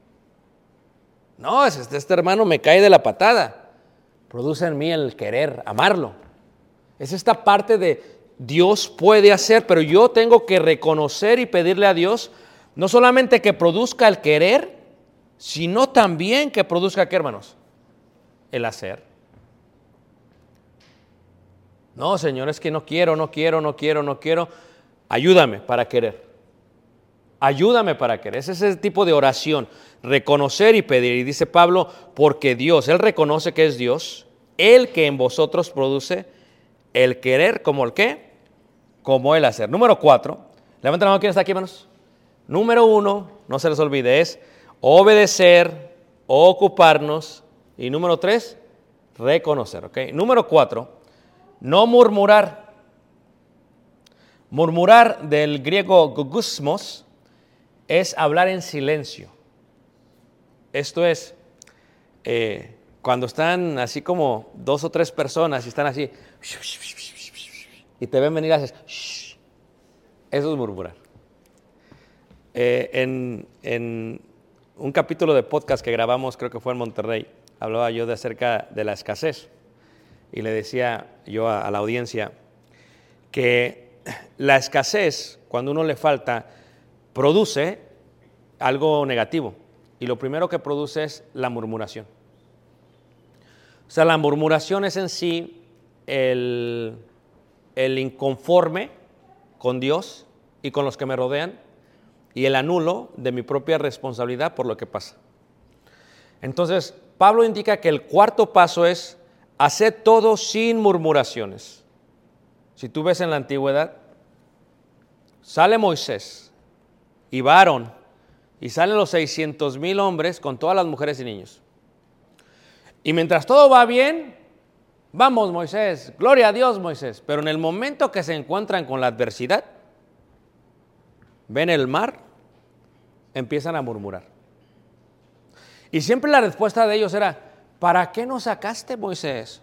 No, este hermano me cae de la patada. Produce en mí el querer, amarlo. Es esta parte de Dios puede hacer, pero yo tengo que reconocer y pedirle a Dios, no solamente que produzca el querer, sino también que produzca, ¿qué, hermanos? El hacer. No, Señor, es que no quiero. Ayúdame para querer. Ayúdame para querer. Ese es el tipo de oración. Reconocer y pedir. Y dice Pablo, porque Dios, Él reconoce que es Dios, el que en vosotros produce el querer como el qué, como el hacer. Número 4. Levanten la mano, ¿quién está aquí, hermanos? Número 1, no se les olvide, es obedecer, ocuparnos. Y número 3, reconocer. ¿Ok? Número 4, no murmurar. Murmurar del griego gugusmos es hablar en silencio. Esto es, cuando están así como 2 o 3 personas y están así, y te ven venir y haces, eso es murmurar. En un capítulo de podcast que grabamos, creo que fue en Monterrey, hablaba yo acerca de la escasez. y le decía yo a la audiencia que la escasez, cuando uno le falta, produce algo negativo. Y lo primero que produce es la murmuración. O sea, la murmuración es en sí el inconforme con Dios y con los que me rodean y el anulo de mi propia responsabilidad por lo que pasa. Entonces, Pablo indica que el cuarto paso es hacer todo sin murmuraciones. Si tú ves en la antigüedad, sale Moisés y va Aarón y salen los 600,000 hombres con todas las mujeres y niños. Y mientras todo va bien, vamos Moisés, gloria a Dios Moisés. Pero en el momento que se encuentran con la adversidad, ven el mar, empiezan a murmurar. Y siempre la respuesta de ellos era, ¿para qué nos sacaste, Moisés?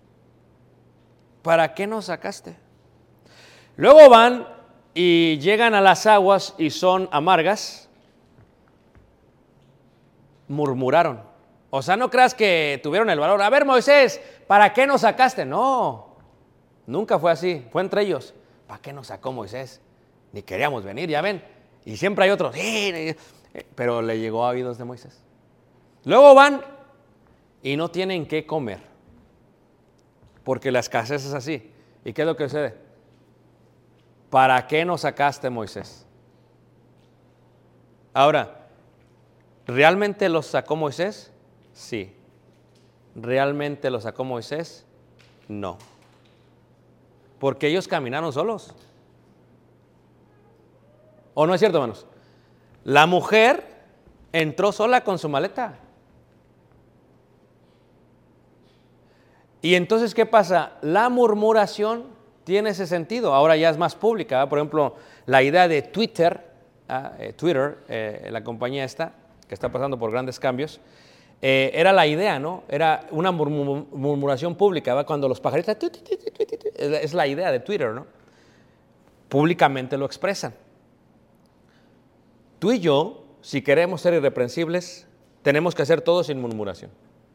¿Para qué nos sacaste? Luego van y llegan a las aguas y son amargas. Murmuraron. O sea, no creas que tuvieron el valor. A ver, Moisés, ¿para qué nos sacaste? No, nunca fue así. Fue entre ellos. ¿Para qué nos sacó Moisés? Ni queríamos venir, ya ven. Y siempre hay otros. Pero le llegó a oídos de Moisés. Luego van y no tienen qué comer. Porque la escasez es así. ¿Y qué es lo que sucede? ¿Para qué nos sacaste, Moisés? Ahora, ¿realmente los sacó Moisés? Sí. ¿Realmente los sacó Moisés? No. Porque ellos caminaron solos. ¿O no es cierto, hermanos? La mujer entró sola con su maleta. Y entonces, ¿qué pasa? La murmuración tiene ese sentido. Ahora ya es más pública, ¿verdad? Por ejemplo, la idea de Twitter, la compañía esta, que está pasando por grandes cambios, era la idea, ¿no? Era una murmuración pública, ¿verdad? Cuando los pajaritos, es la idea de Twitter, ¿no? Públicamente lo expresan. Tú y yo, si queremos ser irreprensibles, tenemos que hacer todo sin murmuración.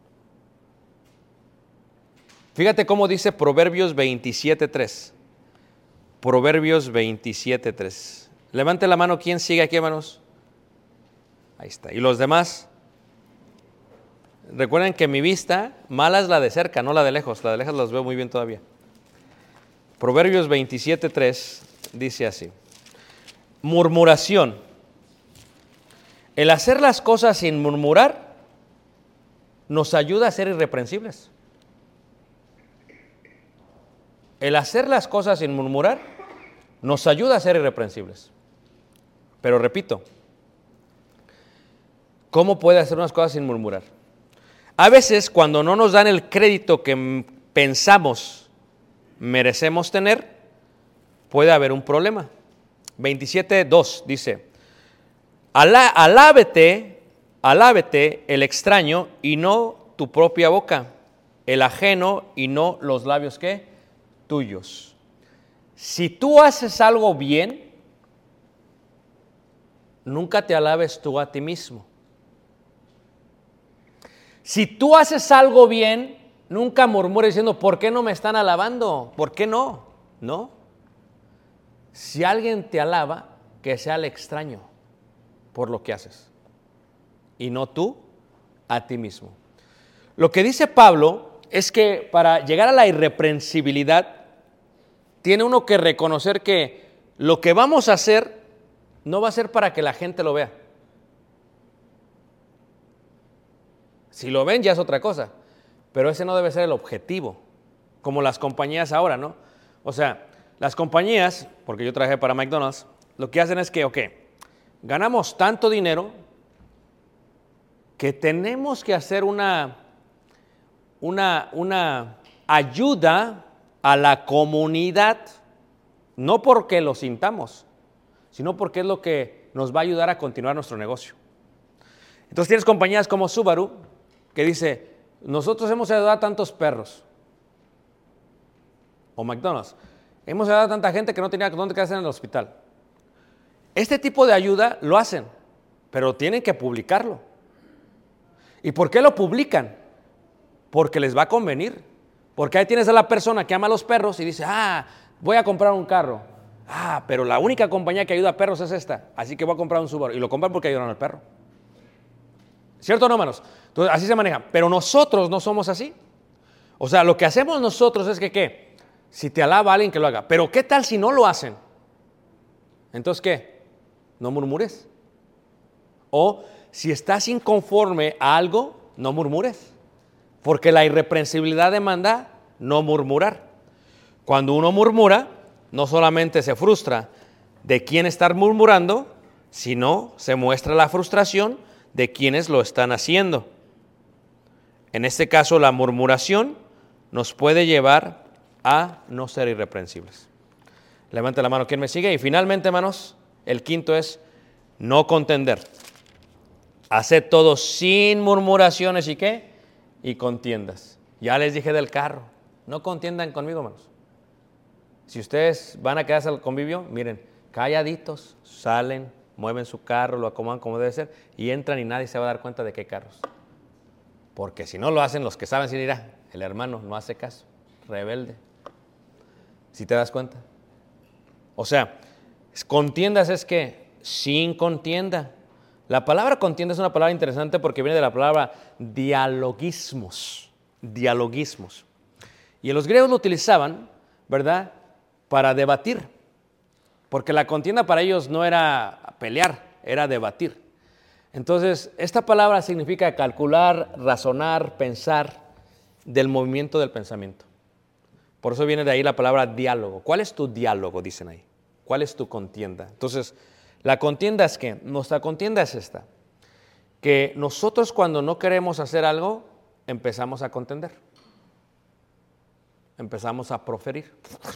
Fíjate cómo dice Proverbios 27:3. Proverbios 27:3. Levante la mano, ¿quién sigue aquí, hermanos? Ahí está. ¿Y los demás? Recuerden que mi vista mala es la de cerca, no la de lejos. La de lejos las veo muy bien todavía. Proverbios 27:3 dice así. Murmuración. El hacer las cosas sin murmurar nos ayuda a ser irreprensibles. El hacer las cosas sin murmurar nos ayuda a ser irreprensibles. Pero repito, ¿cómo puede hacer unas cosas sin murmurar? A veces, cuando no nos dan el crédito que pensamos merecemos tener, puede haber un problema. 27:2 dice, alábete el extraño y no tu propia boca, el ajeno y no los labios, ¿qué? Tuyos. Si tú haces algo bien, nunca te alabes tú a ti mismo. Si tú haces algo bien, nunca murmures diciendo, ¿por qué no me están alabando? ¿Por qué no? No. Si alguien te alaba, que sea el extraño por lo que haces y no tú a ti mismo. Lo que dice Pablo es que para llegar a la irreprensibilidad tiene uno que reconocer que lo que vamos a hacer no va a ser para que la gente lo vea. Si lo ven ya es otra cosa, pero ese no debe ser el objetivo, como las compañías ahora, ¿no? O sea, las compañías, porque yo trabajé para McDonald's, lo que hacen es que, ganamos tanto dinero que tenemos que hacer una ayuda a la comunidad, no porque lo sintamos, sino porque es lo que nos va a ayudar a continuar nuestro negocio. Entonces tienes compañías como Subaru que dice, nosotros hemos ayudado a tantos perros, o McDonald's, hemos ayudado a tanta gente que no tenía dónde quedarse en el hospital. Este tipo de ayuda lo hacen, pero tienen que publicarlo. ¿Y por qué lo publican? Porque les va a convenir. Porque ahí tienes a la persona que ama a los perros y dice, voy a comprar un carro. Pero la única compañía que ayuda a perros es esta, así que voy a comprar un Subaru. Y lo compran porque ayudan al perro. ¿Cierto o no, hermanos? Entonces, así se maneja. Pero nosotros no somos así. O sea, lo que hacemos nosotros es que, ¿qué? Si te alaba alguien, que lo haga. Pero ¿qué tal si no lo hacen? Entonces, ¿qué? No murmures. O si estás inconforme a algo, no murmures. Porque la irreprensibilidad demanda no murmurar. Cuando uno murmura, no solamente se frustra de quién estar murmurando, sino se muestra la frustración de quienes lo están haciendo. En este caso, la murmuración nos puede llevar a no ser irreprensibles. Levante la mano, ¿quién me sigue? Y finalmente, hermanos, el quinto es no contender. Haced todo sin murmuraciones y ¿qué? Y contiendas. Ya les dije del carro. No contiendan conmigo, hermanos. Si ustedes van a quedarse al convivio, miren, calladitos, salen, mueven su carro, lo acomodan como debe ser y entran y nadie se va a dar cuenta de qué carros. Porque si no lo hacen los que saben, si dirá, el hermano no hace caso, rebelde. ¿Sí te das cuenta? O sea, contiendas es que sin contienda. La palabra contienda es una palabra interesante porque viene de la palabra dialogismos. Dialogismos. Y los griegos lo utilizaban, ¿verdad?, para debatir. Porque la contienda para ellos no era pelear, era debatir. Entonces, esta palabra significa calcular, razonar, pensar del movimiento del pensamiento. Por eso viene de ahí la palabra diálogo. ¿Cuál es tu diálogo? Dicen ahí. ¿Cuál es tu contienda? Entonces, la contienda es ¿qué? Nuestra contienda es esta. Que nosotros cuando no queremos hacer algo, empezamos a contender. Empezamos a proferir.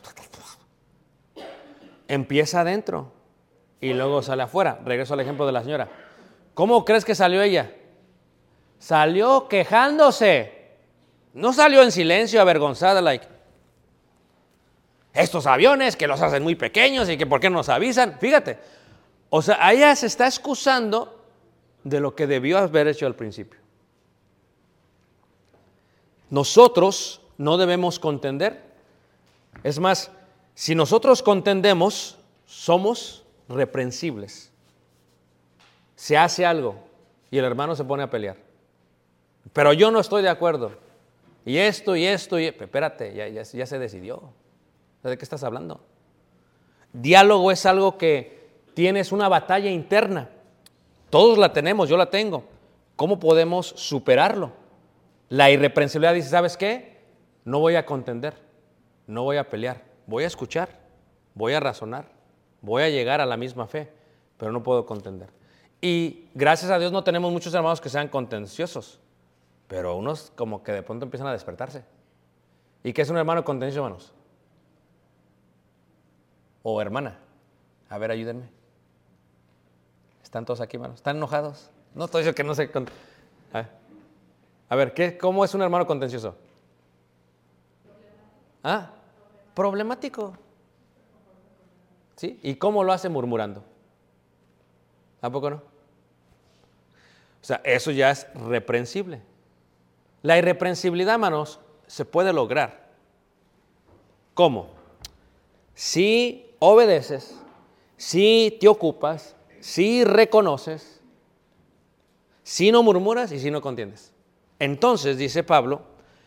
Empieza adentro y luego sale afuera. Regreso al ejemplo de la señora. ¿Cómo crees que salió ella? Salió quejándose. No salió en silencio, avergonzada, like, estos aviones que los hacen muy pequeños y que por qué no nos avisan. Fíjate, o sea, ella se está excusando de lo que debió haber hecho al principio. Nosotros no debemos contender. Es más, si nosotros contendemos, somos reprensibles. Se hace algo y el hermano se pone a pelear. Pero yo no estoy de acuerdo. Y esto, espérate, ya se decidió. ¿De qué estás hablando? Diálogo es algo que tienes una batalla interna. Todos la tenemos, yo la tengo. ¿Cómo podemos superarlo? La irreprensibilidad dice, ¿sabes qué? No voy a contender, no voy a pelear, voy a escuchar, voy a razonar, voy a llegar a la misma fe, pero no puedo contender. Y gracias a Dios no tenemos muchos hermanos que sean contenciosos, pero unos como que de pronto empiezan a despertarse. ¿Y qué es un hermano contencioso, hermanos? O hermana. A ver, ayúdenme. ¿Están todos aquí, hermanos? ¿Están enojados? No estoy diciendo que no sé. A ver, ¿cómo es un hermano contencioso? Problemático. ¿Sí? ¿Y cómo lo hace? Murmurando. ¿Tampoco no? O sea, eso ya es reprensible. La irreprensibilidad, hermanos, se puede lograr. ¿Cómo? Si obedeces, si te ocupas, si reconoces, si no murmuras y si no contiendes. Entonces, dice Pablo,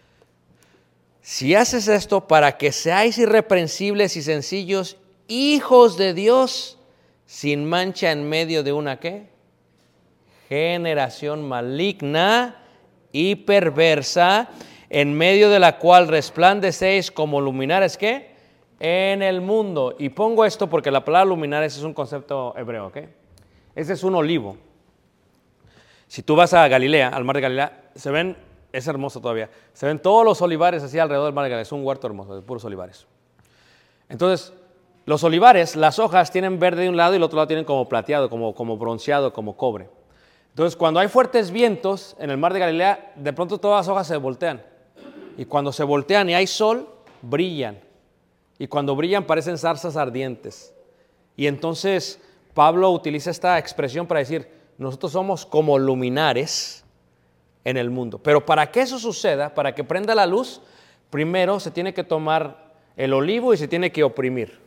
si haces esto para que seáis irreprensibles y sencillos, hijos de Dios, sin mancha en medio de una ¿qué? Generación maligna y perversa, en medio de la cual resplandecéis como luminares ¿qué? En el mundo. Y pongo esto porque la palabra luminares es un concepto hebreo, ¿ok? Este es un olivo. Si tú vas a Galilea, al mar de Galilea, se ven, es hermoso todavía, se ven todos los olivares así alrededor del mar de Galilea, es un huerto hermoso, de puros olivares. Entonces, los olivares, las hojas tienen verde de un lado y el otro lado tienen como plateado, como bronceado, como cobre. Entonces, cuando hay fuertes vientos en el mar de Galilea, de pronto todas las hojas se voltean. Y cuando se voltean y hay sol, brillan. Y cuando brillan parecen zarzas ardientes. Y entonces Pablo utiliza esta expresión para decir, nosotros somos como luminares en el mundo. Pero para que eso suceda, para que prenda la luz, primero se tiene que tomar el olivo y se tiene que oprimir.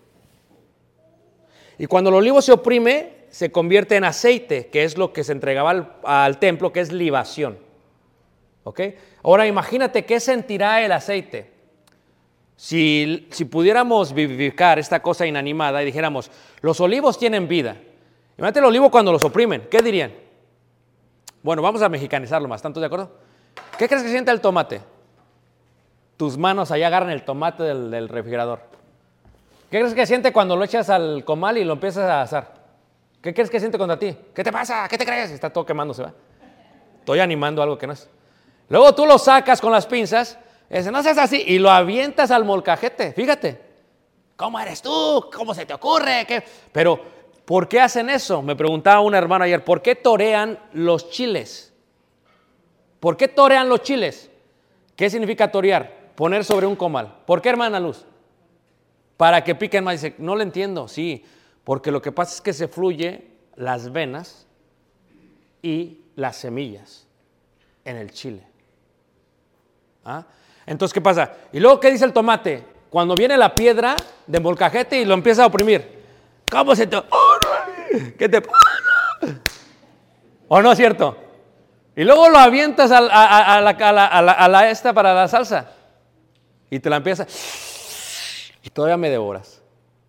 Y cuando el olivo se oprime, se convierte en aceite, que es lo que se entregaba al templo, que es libación. ¿Ok? Ahora imagínate qué sentirá el aceite. Si pudiéramos vivificar esta cosa inanimada y dijéramos, los olivos tienen vida. Imagínate el olivo cuando los oprimen, ¿qué dirían? Bueno, vamos a mexicanizarlo más, ¿tanto de acuerdo? ¿Qué crees que siente el tomate? Tus manos allá agarran el tomate del refrigerador. ¿Qué crees que siente cuando lo echas al comal y lo empiezas a asar? ¿Qué crees que siente contra ti? ¿Qué te pasa? ¿Qué te crees? Está todo quemándose, ¿va? Estoy animando algo que no es. Luego tú lo sacas con las pinzas, y dices, no seas así, y lo avientas al molcajete. Fíjate, ¿cómo eres tú? ¿Cómo se te ocurre? ¿Qué? Pero, ¿por qué hacen eso? Me preguntaba un hermano ayer, ¿por qué torean los chiles? ¿Por qué torean los chiles? ¿Qué significa torear? Poner sobre un comal. ¿Por qué, hermana Luz? Para que piquen más. Dice, no lo entiendo. Sí, porque lo que pasa es que se fluye las venas y las semillas en el chile. ¿Ah? Entonces, ¿qué pasa? Y luego, ¿qué dice el tomate? Cuando viene la piedra de molcajete y lo empieza a oprimir. ¿Cómo se te... ¿Qué te... ¿O no es cierto? Y luego lo avientas a la esta para la salsa. Y te la empiezas. Y todavía me devoras.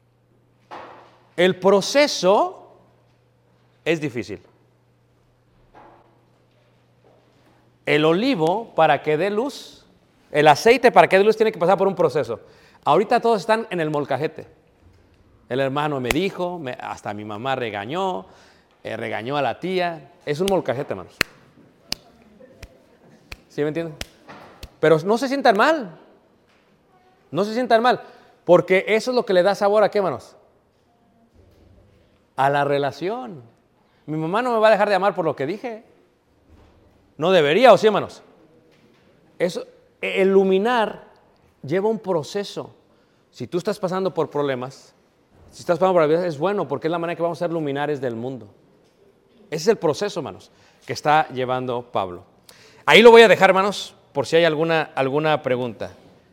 El proceso es difícil. El olivo, para que dé luz, el aceite para que dé luz tiene que pasar por un proceso. Ahorita todos están en el molcajete. El hermano me dijo, hasta mi mamá regañó a la tía. Es un molcajete, hermanos. ¿Sí me entienden? Pero no se sientan mal. No se sientan mal. Porque eso es lo que le da sabor a qué, hermanos. A la relación. Mi mamá no me va a dejar de amar por lo que dije. No debería, ¿o sí, hermanos? Eso, el luminar lleva un proceso. Si tú estás pasando por problemas, si estás pasando por la vida, es bueno porque es la manera que vamos a ser luminares del mundo. Ese es el proceso, hermanos, que está llevando Pablo. Ahí lo voy a dejar, hermanos, por si hay alguna pregunta.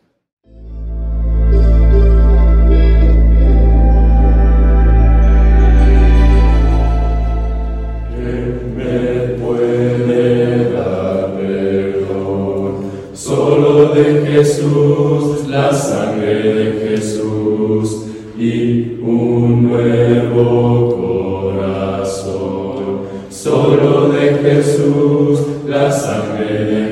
De Jesús, la sangre de Jesús y un nuevo corazón. Solo de Jesús, la sangre de